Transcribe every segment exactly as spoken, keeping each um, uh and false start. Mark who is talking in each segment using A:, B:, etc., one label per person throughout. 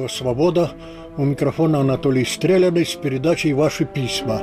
A: Радио «Свобода». У микрофона Анатолий Стреляный с передачей «Ваши письма».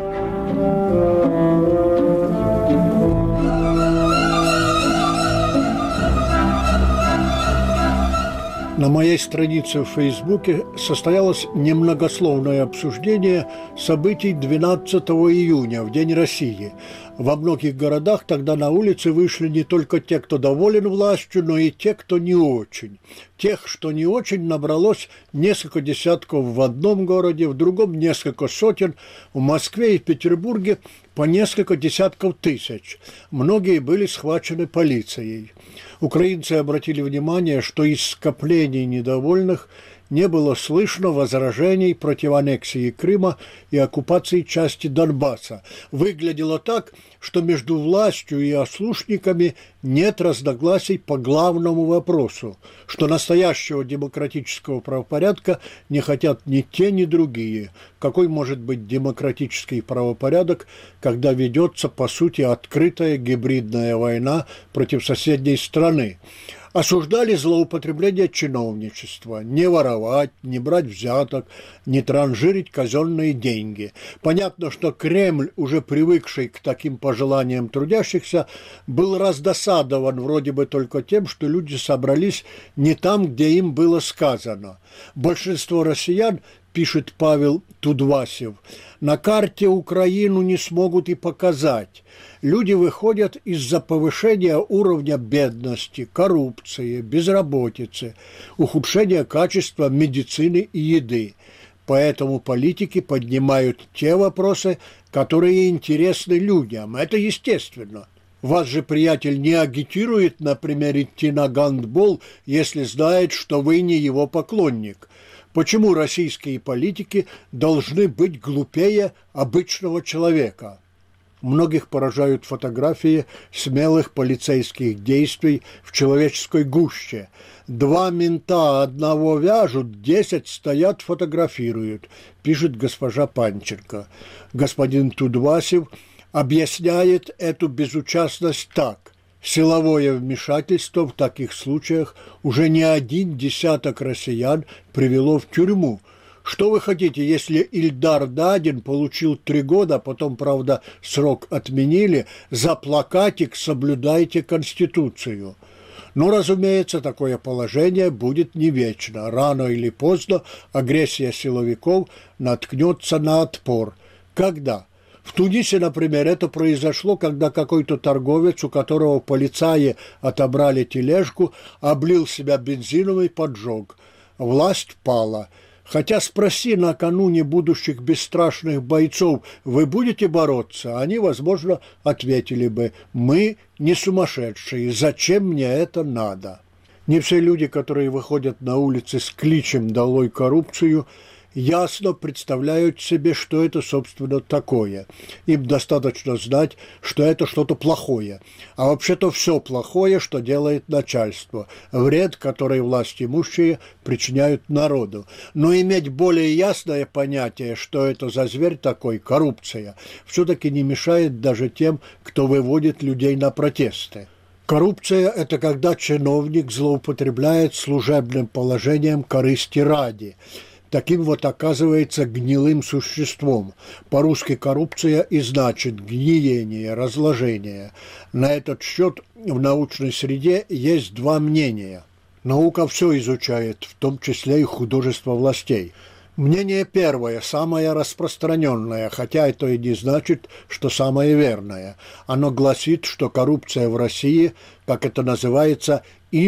A: На моей странице в Фейсбуке состоялось немногословное обсуждение событий двенадцатого июня, в День России. Во многих городах тогда на улицы вышли не только те, кто доволен властью, но и те, кто не очень. Тех, что не очень, набралось несколько десятков в одном городе, в другом несколько сотен, в Москве и Петербурге по несколько десятков тысяч. Многие были схвачены полицией. Украинцы обратили внимание, что из скоплений недовольных не было слышно возражений против аннексии Крыма и оккупации части Донбасса. Выглядело так, что между властью и ослушниками нет разногласий по главному вопросу, что настоящего демократического правопорядка не хотят ни те, ни другие. Какой может быть демократический правопорядок, когда ведется, по сути, открытая гибридная война против соседней страны? Осуждали злоупотребление чиновничества, не воровать, не брать взяток, не транжирить казенные деньги. Понятно, что Кремль, уже привыкший к таким пожеланиям трудящихся, был раздосадован вроде бы только тем, что люди собрались не там, где им было сказано. Большинство россиян, пишет Павел Тудвасев, на карте Украину не смогут и показать. Люди выходят из-за повышения уровня бедности, коррупции, безработицы, ухудшения качества медицины и еды. Поэтому политики поднимают те вопросы, которые интересны людям. Это естественно. Вас же приятель не агитирует, например, идти на гандбол, если знает, что вы не его поклонник. Почему российские политики должны быть глупее обычного человека? Многих поражают фотографии смелых полицейских действий в человеческой гуще. Два мента одного вяжут, десять стоят, фотографируют, пишет госпожа Панченко. Господин Тудвасев объясняет эту безучастность так. Силовое вмешательство в таких случаях уже не один десяток россиян привело в тюрьму. Что вы хотите, если Ильдар Дадин получил три года, потом, правда, срок отменили, за плакатик «Соблюдайте Конституцию». Но, разумеется, такое положение будет не вечно. Рано или поздно агрессия силовиков наткнется на отпор. Когда? В Тунисе, например, это произошло, когда какой-то торговец, у которого полицаи отобрали тележку, облил себя бензином и поджег. Власть пала. Хотя спроси накануне будущих бесстрашных бойцов, вы будете бороться, они, возможно, ответили бы: мы не сумасшедшие, зачем мне это надо? Не все люди, которые выходят на улицы с кличем «Долой коррупцию», ясно представляют себе, что это, собственно, такое. Им достаточно знать, что это что-то плохое. А вообще-то все плохое, что делает начальство. Вред, который властимущие причиняют народу. Но иметь более ясное понятие, что это за зверь такой, коррупция, все-таки не мешает даже тем, кто выводит людей на протесты. Коррупция – это когда чиновник злоупотребляет служебным положением корысти ради. Таким вот оказывается гнилым существом. По-русски коррупция и значит гниение, разложение. На этот счет в научной среде есть два мнения. Наука все изучает, в том числе и художество властей. Мнение первое, самое распространенное, хотя это и не значит, что самое верное. Оно гласит, что коррупция в России, как это называется,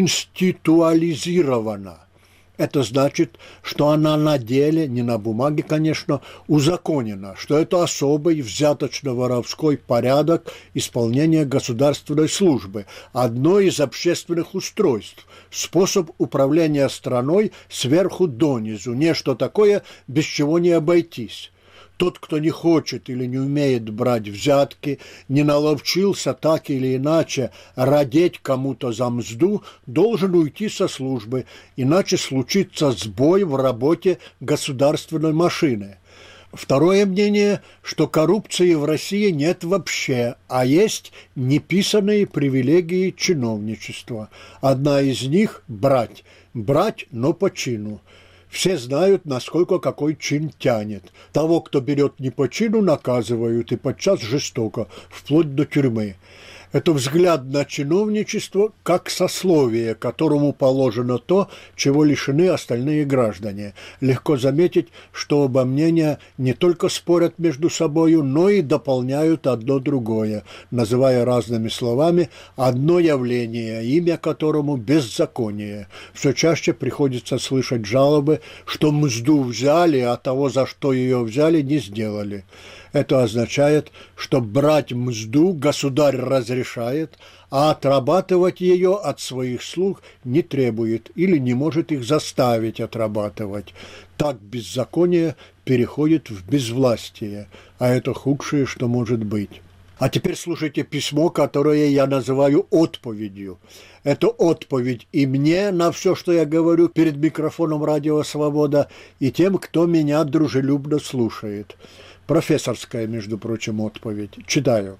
A: институализирована. Это значит, что она на деле, не на бумаге, конечно, узаконена, что это особый взяточно-воровской порядок исполнения государственной службы, одно из общественных устройств, способ управления страной сверху донизу, нечто такое, без чего не обойтись. Тот, кто не хочет или не умеет брать взятки, не наловчился так или иначе родить кому-то за мзду, должен уйти со службы, иначе случится сбой в работе государственной машины. Второе мнение, что коррупции в России нет вообще, а есть неписанные привилегии чиновничества. Одна из них – брать. Брать, но по чину. Все знают, насколько какой чин тянет. Того, кто берет не по чину, наказывают, и подчас жестоко, вплоть до тюрьмы. Это взгляд на чиновничество как сословие, которому положено то, чего лишены остальные граждане. Легко заметить, что оба мнения не только спорят между собою, но и дополняют одно другое, называя разными словами одно явление, имя которому беззаконие. Все чаще приходится слышать жалобы, что мзду взяли, а того, за что ее взяли, не сделали. Это означает, что брать мзду государь разрешает, а отрабатывать ее от своих слуг не требует или не может их заставить отрабатывать. Так беззаконие переходит в безвластие, а это худшее, что может быть. А теперь слушайте письмо, которое я называю отповедью. Это отповедь и мне на все, что я говорю перед микрофоном «Радио Свобода», и тем, кто меня дружелюбно слушает. Профессорская, между прочим, отповедь. Читаю.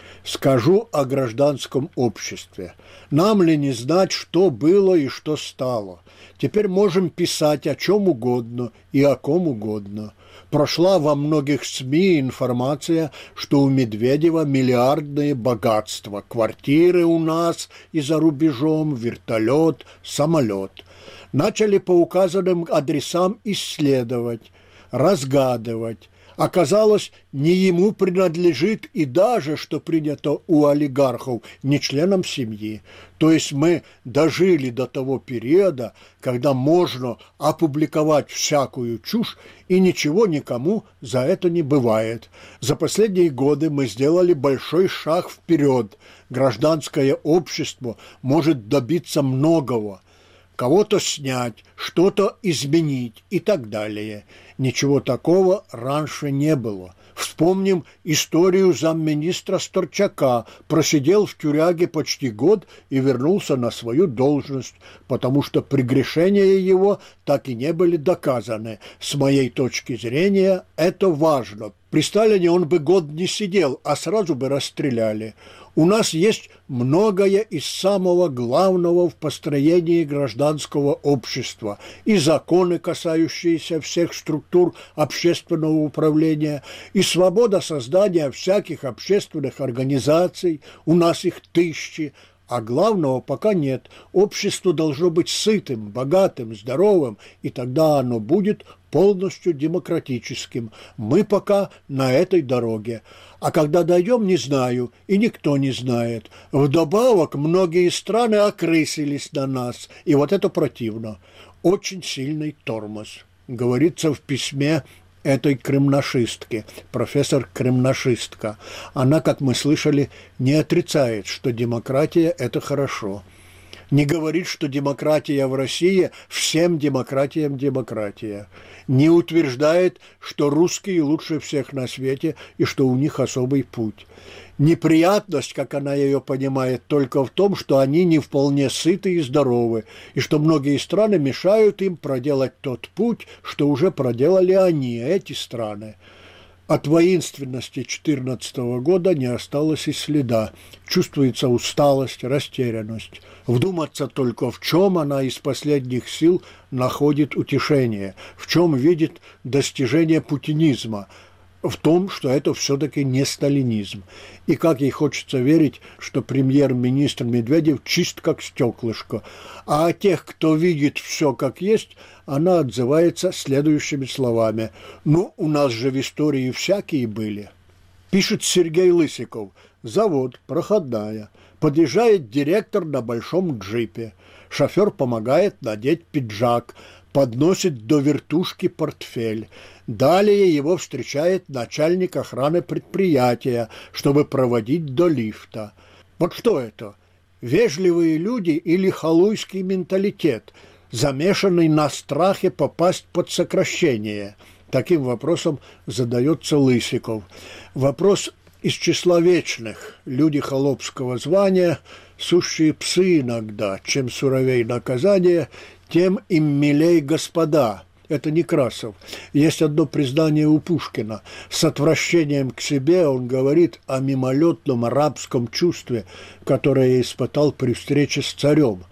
A: «Скажу о гражданском обществе. Нам ли не знать, что было и что стало? Теперь можем писать о чем угодно и о ком угодно. Прошла во многих СМИ информация, что у Медведева миллиардные богатства, квартиры у нас и за рубежом, вертолет, самолет. Начали по указанным адресам исследовать, разгадывать. Оказалось, не ему принадлежит и даже, что принято у олигархов, не членам семьи. То есть мы дожили до того периода, когда можно опубликовать всякую чушь, и ничего никому за это не бывает. За последние годы мы сделали большой шаг вперед. Гражданское общество может добиться многого. Кого-то снять, что-то изменить и так далее. Ничего такого раньше не было. Вспомним историю замминистра Сторчака. Просидел в тюряге почти год и вернулся на свою должность, потому что прегрешения его так и не были доказаны. С моей точки зрения, это важно. При Сталине он бы год не сидел, а сразу бы расстреляли. У нас есть многое из самого главного в построении гражданского общества. И законы, касающиеся всех структур общественного управления, и свобода создания всяких общественных организаций, у нас их тысячи, а главного пока нет. Общество должно быть сытым, богатым, здоровым, и тогда оно будет полностью демократическим. Мы пока на этой дороге. А когда дойдем, не знаю, и никто не знает. Вдобавок, многие страны окрысились на нас, и вот это противно. Очень сильный тормоз. Говорится в письме этой кремнашистки, профессор кремнашистка. Она, как мы слышали, не отрицает, что демократия – это хорошо. Не говорит, что демократия в России всем демократиям демократия. Не утверждает, что русские лучше всех на свете и что у них особый путь. Неприятность, как она ее понимает, только в том, что они не вполне сыты и здоровы, и что многие страны мешают им проделать тот путь, что уже проделали они, эти страны. От воинственности две тысячи четырнадцатого года не осталось и следа. Чувствуется усталость, растерянность. Вдуматься только, в чем она из последних сил находит утешение, в чем видит достижение путинизма, в том, что это все-таки не сталинизм. И как ей хочется верить, что премьер-министр Медведев чист как стеклышко. А о тех, кто видит все как есть, она отзывается следующими словами. «Ну, у нас же в истории всякие были». Пишет Сергей Лысиков. Завод, проходная. Подъезжает директор на большом джипе. Шофер помогает надеть пиджак, подносит до вертушки портфель. Далее его встречает начальник охраны предприятия, чтобы проводить до лифта. Вот что это? Вежливые люди или халуйский менталитет, замешанный на страхе попасть под сокращение? Таким вопросом задается Лысиков. Вопрос из числа вечных. Люди холопского звания, сущие псы иногда, чем суровей наказание, тем им милей господа. Это Некрасов. Есть одно признание у Пушкина. С отвращением к себе он говорит о мимолетном арабском чувстве, которое испытал при встрече с царем.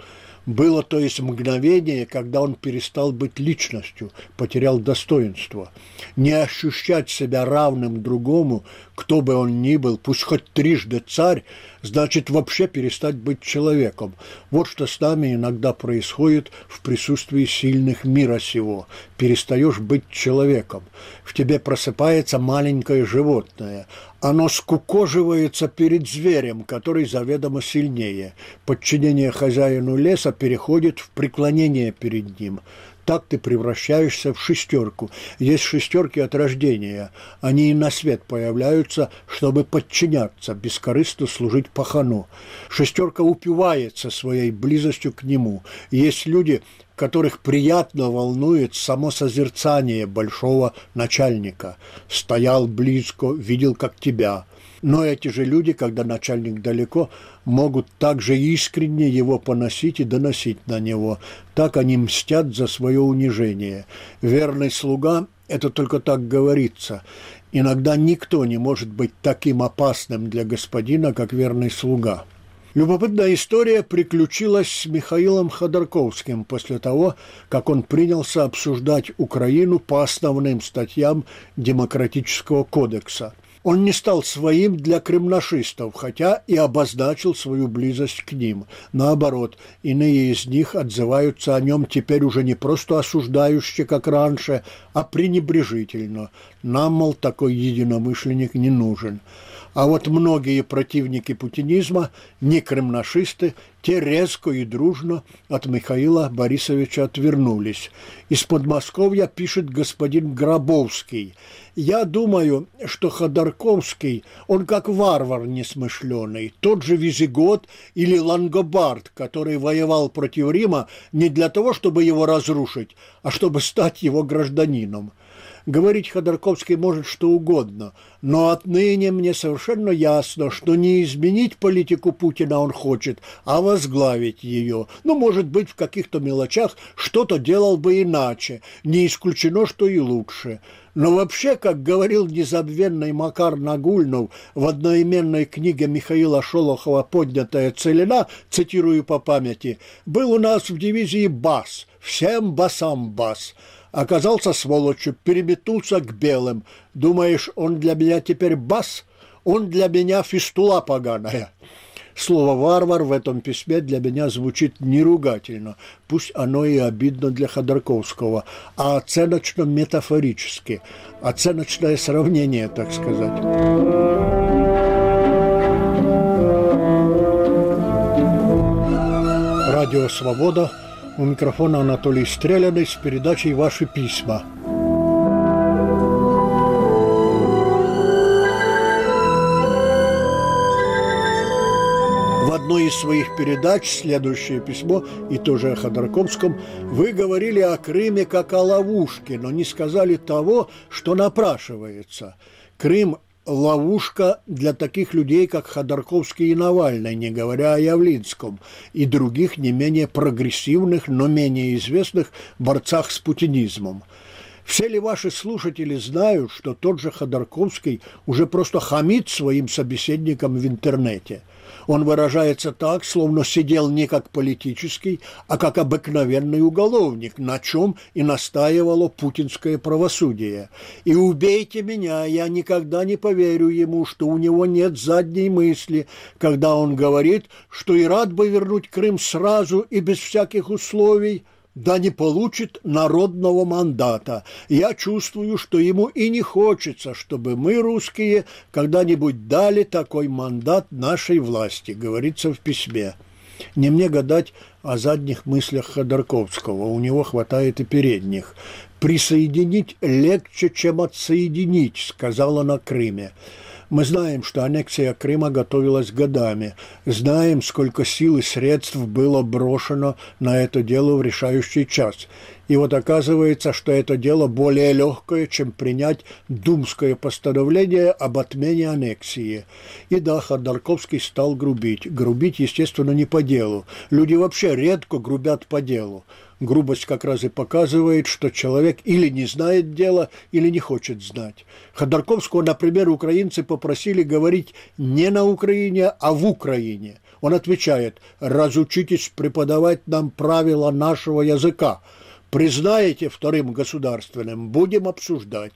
A: Было, то есть, мгновение, когда он перестал быть личностью, потерял достоинство. Не ощущать себя равным другому, кто бы он ни был, пусть хоть трижды царь, значит вообще перестать быть человеком. Вот что с нами иногда происходит в присутствии сильных мира сего. Перестаешь быть человеком. В тебе просыпается маленькое животное. Оно скукоживается перед зверем, который заведомо сильнее. Подчинение хозяину леса переходит в преклонение перед ним. Так ты превращаешься в шестерку. Есть шестерки от рождения. Они и на свет появляются, чтобы подчиняться, бескорыстно служить пахану. Шестерка упивается своей близостью к нему. Есть люди, которых приятно волнует само созерцание большого начальника. Стоял близко, видел, как тебя. Но эти же люди, когда начальник далеко, могут также искренне его поносить и доносить на него. Так они мстят за свое унижение. Верный слуга – это только так говорится. Иногда никто не может быть таким опасным для господина, как верный слуга. Любопытная история приключилась с Михаилом Ходорковским после того, как он принялся обсуждать Украину по основным статьям Демократического кодекса. Он не стал своим для кремнашистов, хотя и обозначил свою близость к ним. Наоборот, иные из них отзываются о нем теперь уже не просто осуждающе, как раньше, а пренебрежительно. Нам, мол, такой единомышленник не нужен. А вот многие противники путинизма, не кремнашисты, те резко и дружно от Михаила Борисовича отвернулись. Из Подмосковья пишет господин Гробовский. «Я думаю, что Ходорковский, он как варвар несмышленый, тот же Визигот или Лангобард, который воевал против Рима не для того, чтобы его разрушить, а чтобы стать его гражданином». Говорить Ходорковский может что угодно, но отныне мне совершенно ясно, что не изменить политику Путина он хочет, а возглавить ее. Ну, может быть, в каких-то мелочах что-то делал бы иначе, не исключено, что и лучше. Но вообще, как говорил незабвенный Макар Нагульнов в одноименной книге Михаила Шолохова «Поднятая целина», цитирую по памяти, «был у нас в дивизии бас, всем басам бас». Оказался сволочью, переметнулся к белым. Думаешь, он для меня теперь бас? Он для меня фистула поганая. Слово «варвар» в этом письме для меня звучит неругательно, пусть оно и обидно для Ходорковского, а оценочно-метафорически. Оценочное сравнение, так сказать. Радио «Свобода». У микрофона Анатолий Стреляный с передачей «Ваши письма». В одной из своих передач, следующее письмо, и тоже о Ходорковском, вы говорили о Крыме как о ловушке, но не сказали того, что напрашивается. Крым – ловушка для таких людей, как Ходорковский и Навальный, не говоря о Явлинском, и других не менее прогрессивных, но менее известных борцах с путинизмом. Все ли ваши слушатели знают, что тот же Ходорковский уже просто хамит своим собеседникам в интернете? Он выражается так, словно сидел не как политический, а как обыкновенный уголовник, на чем и настаивало путинское правосудие. И убейте меня, я никогда не поверю ему, что у него нет задней мысли, когда он говорит, что и рад бы вернуть Крым сразу и без всяких условий, да не получит народного мандата. Я чувствую, что ему и не хочется, чтобы мы, русские, когда-нибудь дали такой мандат нашей власти, говорится в письме. Не мне гадать о задних мыслях Ходорковского, у него хватает и передних. «Присоединить легче, чем отсоединить», сказала на Крыме. Мы знаем, что аннексия Крыма готовилась годами. Знаем, сколько сил и средств было брошено на это дело в решающий час. И вот оказывается, что это дело более легкое, чем принять думское постановление об отмене аннексии. И да, Ходорковский стал грубить. Грубить, естественно, не по делу. Люди вообще редко грубят по делу. Грубость как раз и показывает, что человек или не знает дела, или не хочет знать. Ходорковского, например, украинцы попросили говорить не на Украине, а в Украине. Он отвечает: разучитесь преподавать нам правила нашего языка. Признаете вторым государственным, будем обсуждать.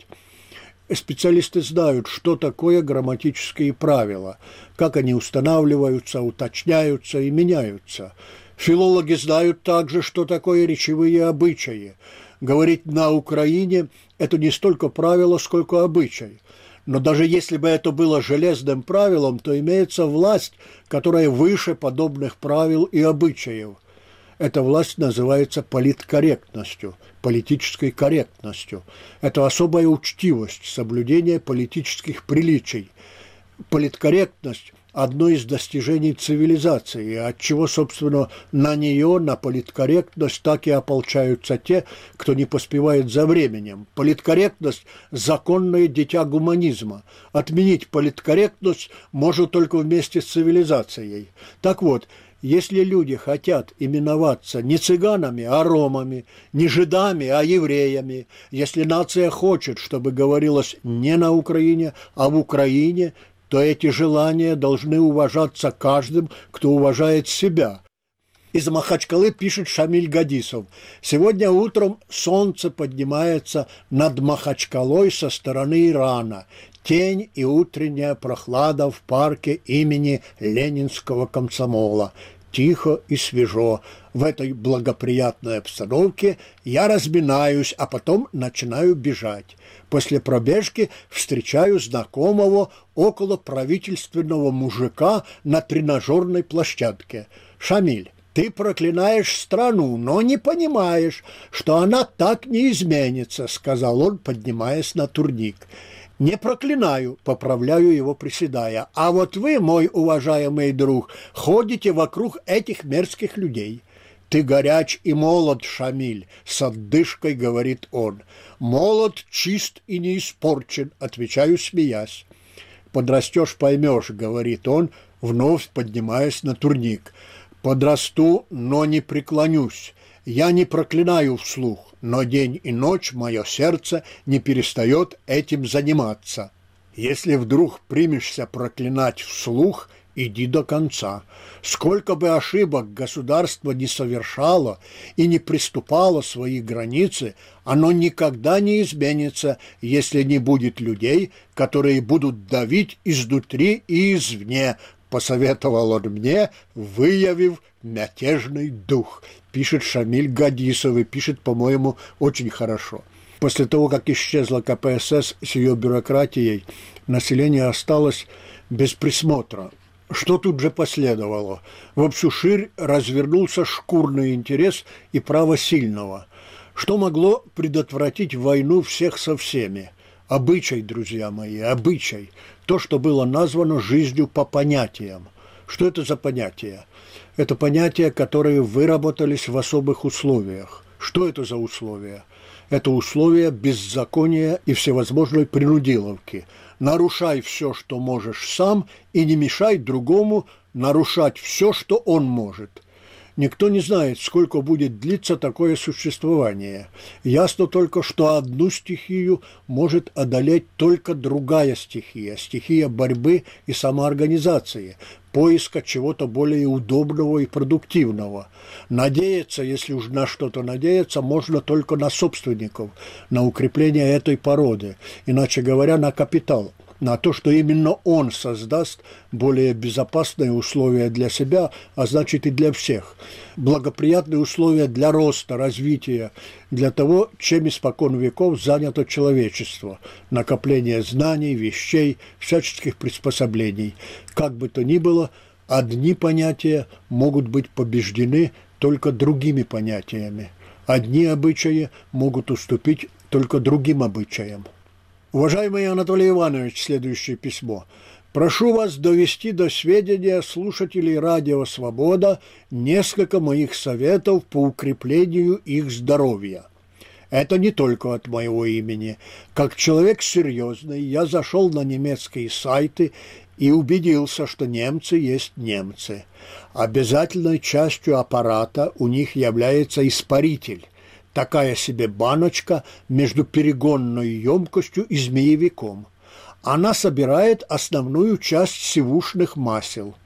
A: Специалисты знают, что такое грамматические правила, как они устанавливаются, уточняются и меняются. Филологи знают также, что такое речевые обычаи. Говорить на Украине – это не столько правило, сколько обычай. Но даже если бы это было железным правилом, то имеется власть, которая выше подобных правил и обычаев. Эта власть называется политкорректностью, политической корректностью. Это особая учтивость, соблюдение политических приличий. Политкорректность – одно из достижений цивилизации, отчего, собственно, на нее, на политкорректность, так и ополчаются те, кто не поспевает за временем. Политкорректность – законное дитя гуманизма. Отменить политкорректность можно только вместе с цивилизацией. Так вот, если люди хотят именоваться не цыганами, а ромами, не жидами, а евреями, если нация хочет, чтобы говорилось не на Украине, а в Украине, то эти желания должны уважаться каждым, кто уважает себя. Из Махачкалы пишет Шамиль Гадисов. Сегодня утром солнце поднимается над Махачкалой со стороны Ирана. Тень и утренняя прохлада в парке имени Ленинского комсомола. Тихо и свежо. В этой благоприятной обстановке я разминаюсь, а потом начинаю бежать. После пробежки встречаю знакомого около правительственного мужика на тренажерной площадке. «Шамиль, ты проклинаешь страну, но не понимаешь, что она так не изменится», — сказал он, поднимаясь на турник. «Не проклинаю», — поправляю его, приседая. «А вот вы, мой уважаемый друг, ходите вокруг этих мерзких людей». «Ты горяч и молод, Шамиль», — с отдышкой говорит он. «Молод, чист и не испорчен», — отвечаю, смеясь. «Подрастешь, поймешь», — говорит он, вновь поднимаясь на турник. «Подрасту, но не преклонюсь. Я не проклинаю вслух, но день и ночь мое сердце не перестает этим заниматься. Если вдруг примешься проклинать вслух, иди до конца. Сколько бы ошибок государство не совершало и не приступало свои границы, оно никогда не изменится, если не будет людей, которые будут давить изнутри и извне», — посоветовал он мне, выявив мятежный дух. Пишет Шамиль Гадисов и пишет, по-моему, очень хорошо. После того, как исчезла ка пэ эс эс с ее бюрократией, население осталось без присмотра. Что тут же последовало? Во всю ширь развернулся шкурный интерес и право сильного. Что могло предотвратить войну всех со всеми? Обычай, друзья мои, обычай. То, что было названо жизнью по понятиям. Что это за понятия? Это понятия, которые выработались в особых условиях. Что это за условия? Это условия беззакония и всевозможной принудиловки. Нарушай все, что можешь сам, и не мешай другому нарушать все, что он может. Никто не знает, сколько будет длиться такое существование. Ясно только, что одну стихию может одолеть только другая стихия, стихия борьбы и самоорганизации, поиска чего-то более удобного и продуктивного. Надеяться, если уж на что-то надеяться, можно только на собственников, на укрепление этой породы, иначе говоря, на капитал, на то, что именно он создаст более безопасные условия для себя, а значит и для всех. Благоприятные условия для роста, развития, для того, чем испокон веков занято человечество. Накопление знаний, вещей, всяческих приспособлений. Как бы то ни было, одни понятия могут быть побеждены только другими понятиями. Одни обычаи могут уступить только другим обычаям. Уважаемый Анатолий Иванович, следующее письмо. Прошу вас довести до сведения слушателей радио «Свобода» несколько моих советов по укреплению их здоровья. Это не только от моего имени. Как человек серьезный, я зашел на немецкие сайты и убедился, что немцы есть немцы. Обязательной частью аппарата у них является испаритель. Такая себе баночка между перегонной емкостью и змеевиком. Она собирает основную часть сивушных масел.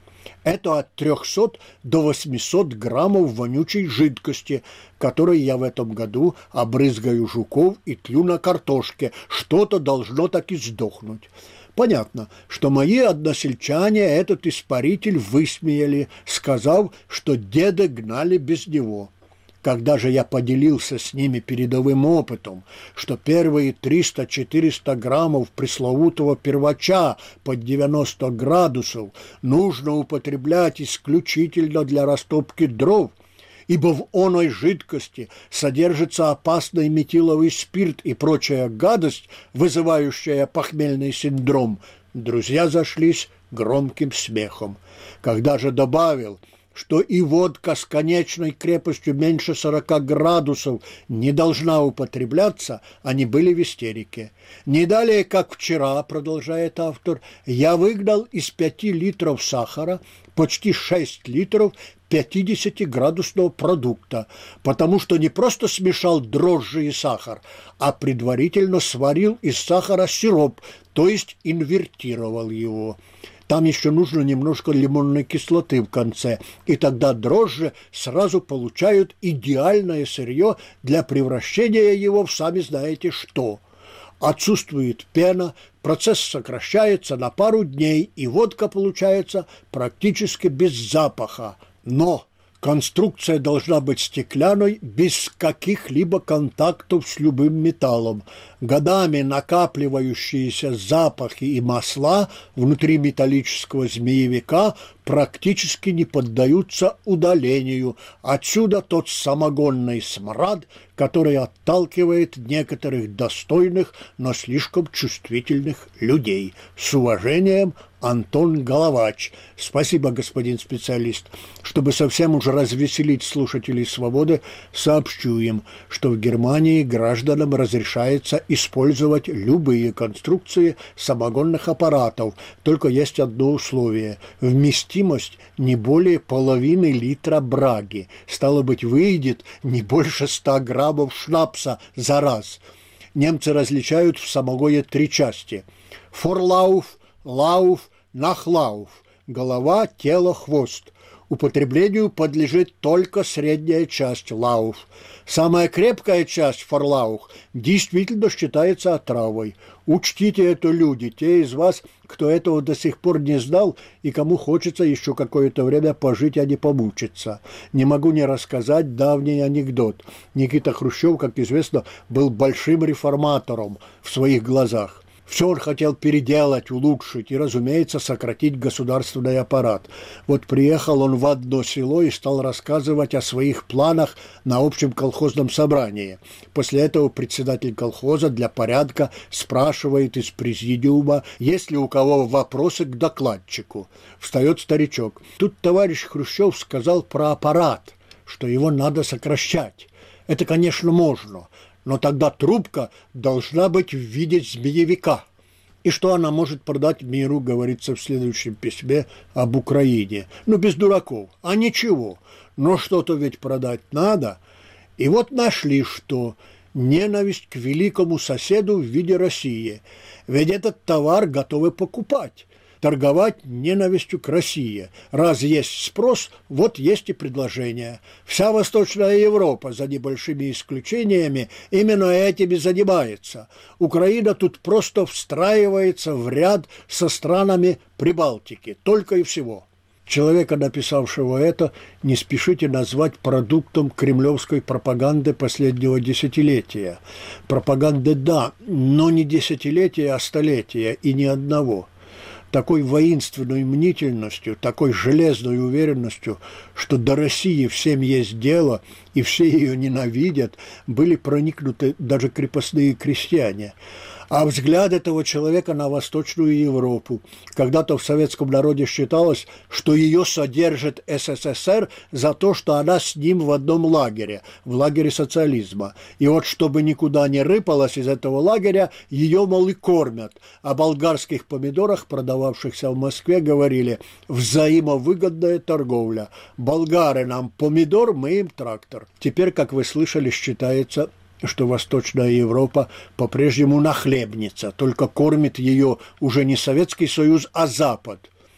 A: Это от трёхсот до восьмисот граммов вонючей жидкости, которой я в этом году обрызгаю жуков и тлю на картошке. Что-то должно так и сдохнуть. Понятно, что мои односельчане этот испаритель высмеяли, сказав, что деды гнали без него. Когда же я поделился с ними передовым опытом, что первые триста-четыреста граммов пресловутого первача под девяносто градусов нужно употреблять исключительно для растопки дров, ибо в оной жидкости содержится опасный метиловый спирт и прочая гадость, вызывающая похмельный синдром, друзья зашлись громким смехом. Когда же добавил, что и водка с конечной крепостью меньше сорока градусов не должна употребляться, они были в истерике. Не далее, как вчера, продолжает автор, я выгнал из пяти литров сахара почти шесть литров пятидесятиградусного продукта, потому что не просто смешал дрожжи и сахар, а предварительно сварил из сахара сироп, то есть инвертировал его. Там еще нужно немножко лимонной кислоты в конце, и тогда дрожжи сразу получают идеальное сырье для превращения его в сами знаете что. Отсутствует пена, процесс сокращается на пару дней, и водка получается практически без запаха. Но конструкция должна быть стеклянной, без каких-либо контактов с любым металлом. Годами накапливающиеся запахи и масла внутри металлического змеевика практически не поддаются удалению. Отсюда тот самогонный смрад, который отталкивает некоторых достойных, но слишком чувствительных людей. С уважением, Антон Головач. Спасибо, господин специалист. Чтобы совсем уже развеселить слушателей «Свободы», сообщу им, что в Германии гражданам разрешается использовать любые конструкции самогонных аппаратов, только есть одно условие – вместимость не более половины литра браги. Стало быть, выйдет не больше ста граммов шнапса за раз. Немцы различают в самогоне три части – форлауф, лауф, нахлауф – голова, тело, хвост. Употреблению подлежит только средняя часть лауф. Самая крепкая часть форлаух действительно считается отравой. Учтите это, люди, те из вас, кто этого до сих пор не знал и кому хочется еще какое-то время пожить, а не помучиться. Не могу не рассказать давний анекдот. Никита Хрущев, как известно, был большим реформатором в своих глазах. Все он хотел переделать, улучшить и, разумеется, сократить государственный аппарат. Вот приехал он в одно село и стал рассказывать о своих планах на общем колхозном собрании. После этого председатель колхоза для порядка спрашивает из президиума, есть ли у кого вопросы к докладчику. Встает старичок. Тут товарищ Хрущев сказал про аппарат, что его надо сокращать. Это, конечно, можно. Но тогда трубка должна быть в виде змеевика. И что она может продать миру, говорится в следующем письме об Украине. Ну, без дураков. А ничего. Но что-то ведь продать надо. И вот нашли, что ненависть к великому соседу в виде России. Ведь этот товар готовы покупать. Торговать ненавистью к России. Раз есть спрос, вот есть и предложение. Вся Восточная Европа, за небольшими исключениями, именно этими занимается. Украина тут просто встраивается в ряд со странами Прибалтики. Только и всего. Человека, написавшего это, не спешите назвать продуктом кремлевской пропаганды последнего десятилетия. Пропаганды да, но не десятилетия, а столетия, и ни одного. Такой воинственной мнительностью, такой железной уверенностью, что до России всем есть дело, и все ее ненавидят, были проникнуты даже крепостные крестьяне. А взгляд этого человека на Восточную Европу. Когда-то в советском народе считалось, что ее содержит СССР за то, что она с ним в одном лагере, в лагере социализма. И вот чтобы никуда не рыпалась из этого лагеря, ее, мол, и кормят. О болгарских помидорах, продававшихся в Москве, говорили «взаимовыгодная торговля». Болгары нам помидор, мы им трактор. Теперь, как вы слышали, считается, что Восточная Европа по-прежнему нахлебница, только кормит ее уже не Советский Союз, а Запад.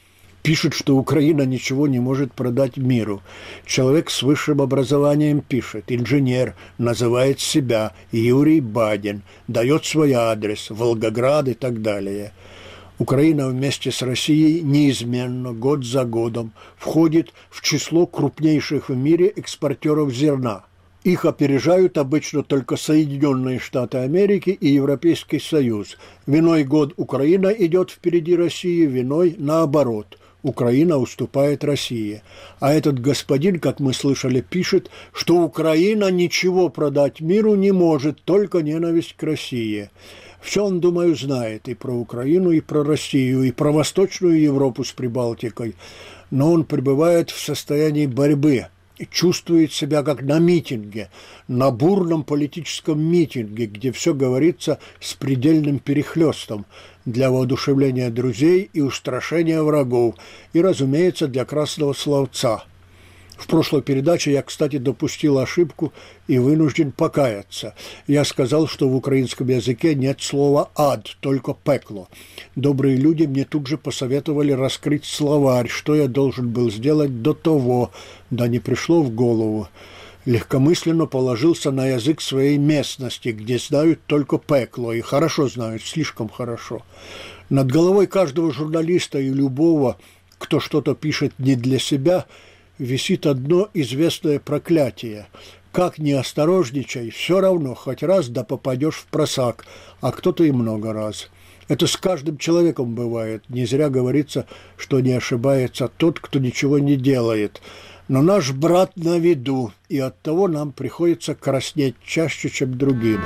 A: Пишет, что Украина ничего не может продать миру. Человек с высшим образованием пишет, инженер, называет себя Юрий Бадин, дает свой адрес, Волгоград и так далее. Украина вместе с Россией неизменно, год за годом, входит в число крупнейших в мире экспортеров зерна. Их опережают обычно только Соединенные Штаты Америки и Европейский Союз. Виной год Украина идет впереди России, виной наоборот. Украина уступает России. А этот господин, как мы слышали, пишет, что Украина ничего продать миру не может, только ненависть к России. Все он, думаю, знает и про Украину, и про Россию, и про Восточную Европу с Прибалтикой. Но он пребывает в состоянии борьбы. И чувствует себя как на митинге, на бурном политическом митинге, где все говорится с предельным перехлестом для воодушевления друзей и устрашения врагов, и, разумеется, для красного словца. В прошлой передаче я, кстати, допустил ошибку и вынужден покаяться. Я сказал, что в украинском языке нет слова «ад», только «пекло». Добрые люди мне тут же посоветовали раскрыть словарь, что я должен был сделать до того, да не пришло в голову. Легкомысленно положился на язык своей местности, где знают только «пекло», и хорошо знают, слишком хорошо. Над головой каждого журналиста и любого, кто что-то пишет не для себя, висит одно известное проклятие. Как ни осторожничай, все равно хоть раз да попадешь в просак, а кто-то и много раз. Это с каждым человеком бывает. Не зря говорится, что не ошибается тот, кто ничего не делает. Но наш брат на виду, и оттого нам приходится краснеть чаще, чем другим.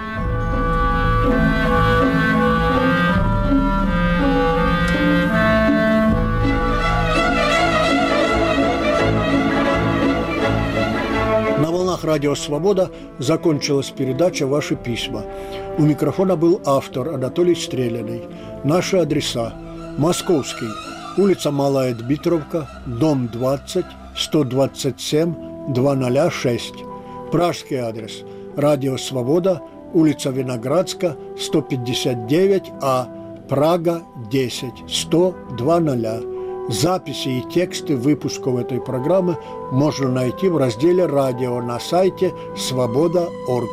A: Радио «Свобода» закончилась передача «Ваши письма». У микрофона был автор Анатолий Стреляный. Наши адреса: Московский, улица Малая Дмитровка, дом двадцать, сто двадцать семь, двести шесть. Пражский адрес: Радио «Свобода», улица Виноградска, сто пятьдесят девять А, Прага, десять, сто, двести. Записи и тексты выпусков этой программы можно найти в разделе «Радио» на сайте свобода точка орг.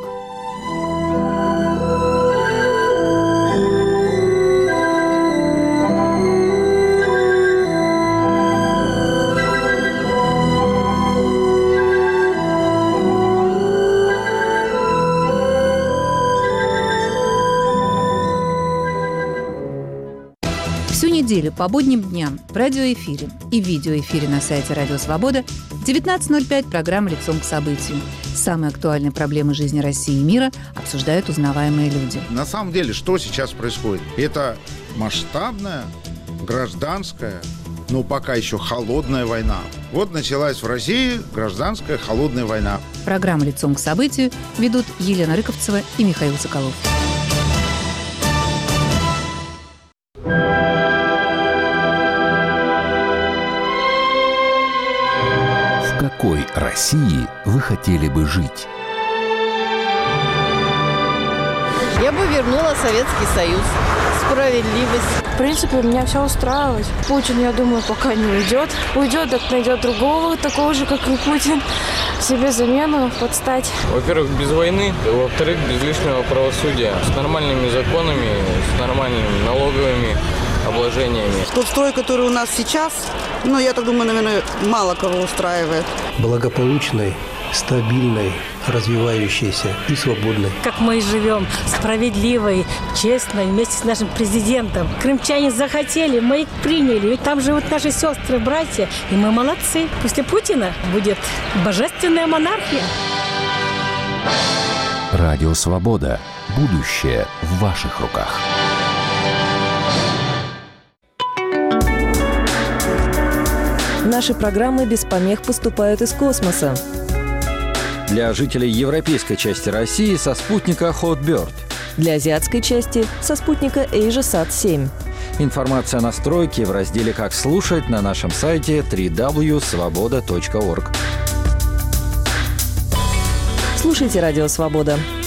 B: Всю неделю по будним дням в радиоэфире и видеоэфире на сайте Радио Свобода в девятнадцать ноль пять программа «Лицом к событию». Самые актуальные проблемы жизни России и мира обсуждают узнаваемые люди.
C: На самом деле, что сейчас происходит? Это масштабная, гражданская, но пока еще холодная война. Вот началась в России гражданская холодная война.
B: Программу «Лицом к событию» ведут Елена Рыковцева и Михаил Соколов.
D: В какой России вы хотели бы жить?
E: Я бы вернула Советский Союз. Справедливость.
F: В принципе, меня все устраивает. Путин, я думаю, пока не уйдет. Уйдет, так найдет другого, такого же, как и Путин. Себе замену подстать.
G: Во-первых, без войны. Во-вторых, без лишнего правосудия. С нормальными законами, с нормальными налоговыми обложениями.
H: Тот строй, который у нас сейчас, ну, я так думаю, наверное, мало кого устраивает.
I: Благополучной, стабильной, развивающейся и свободной.
J: Как мы и живем, справедливой, честной, вместе с нашим президентом. Крымчане захотели, мы их приняли. И там живут наши сестры, братья, и мы молодцы. После Путина будет божественная монархия.
D: Радио «Свобода». Будущее в ваших руках.
K: Наши программы без помех поступают из космоса.
L: Для жителей европейской части России со спутника Hotbird.
K: Для азиатской части со спутника AsiaSat семь.
L: Информация о настройке в разделе «Как слушать» на нашем сайте дабл-ю дабл ю дабл ю точка свобода точка орг.
K: Слушайте «Радио Свобода».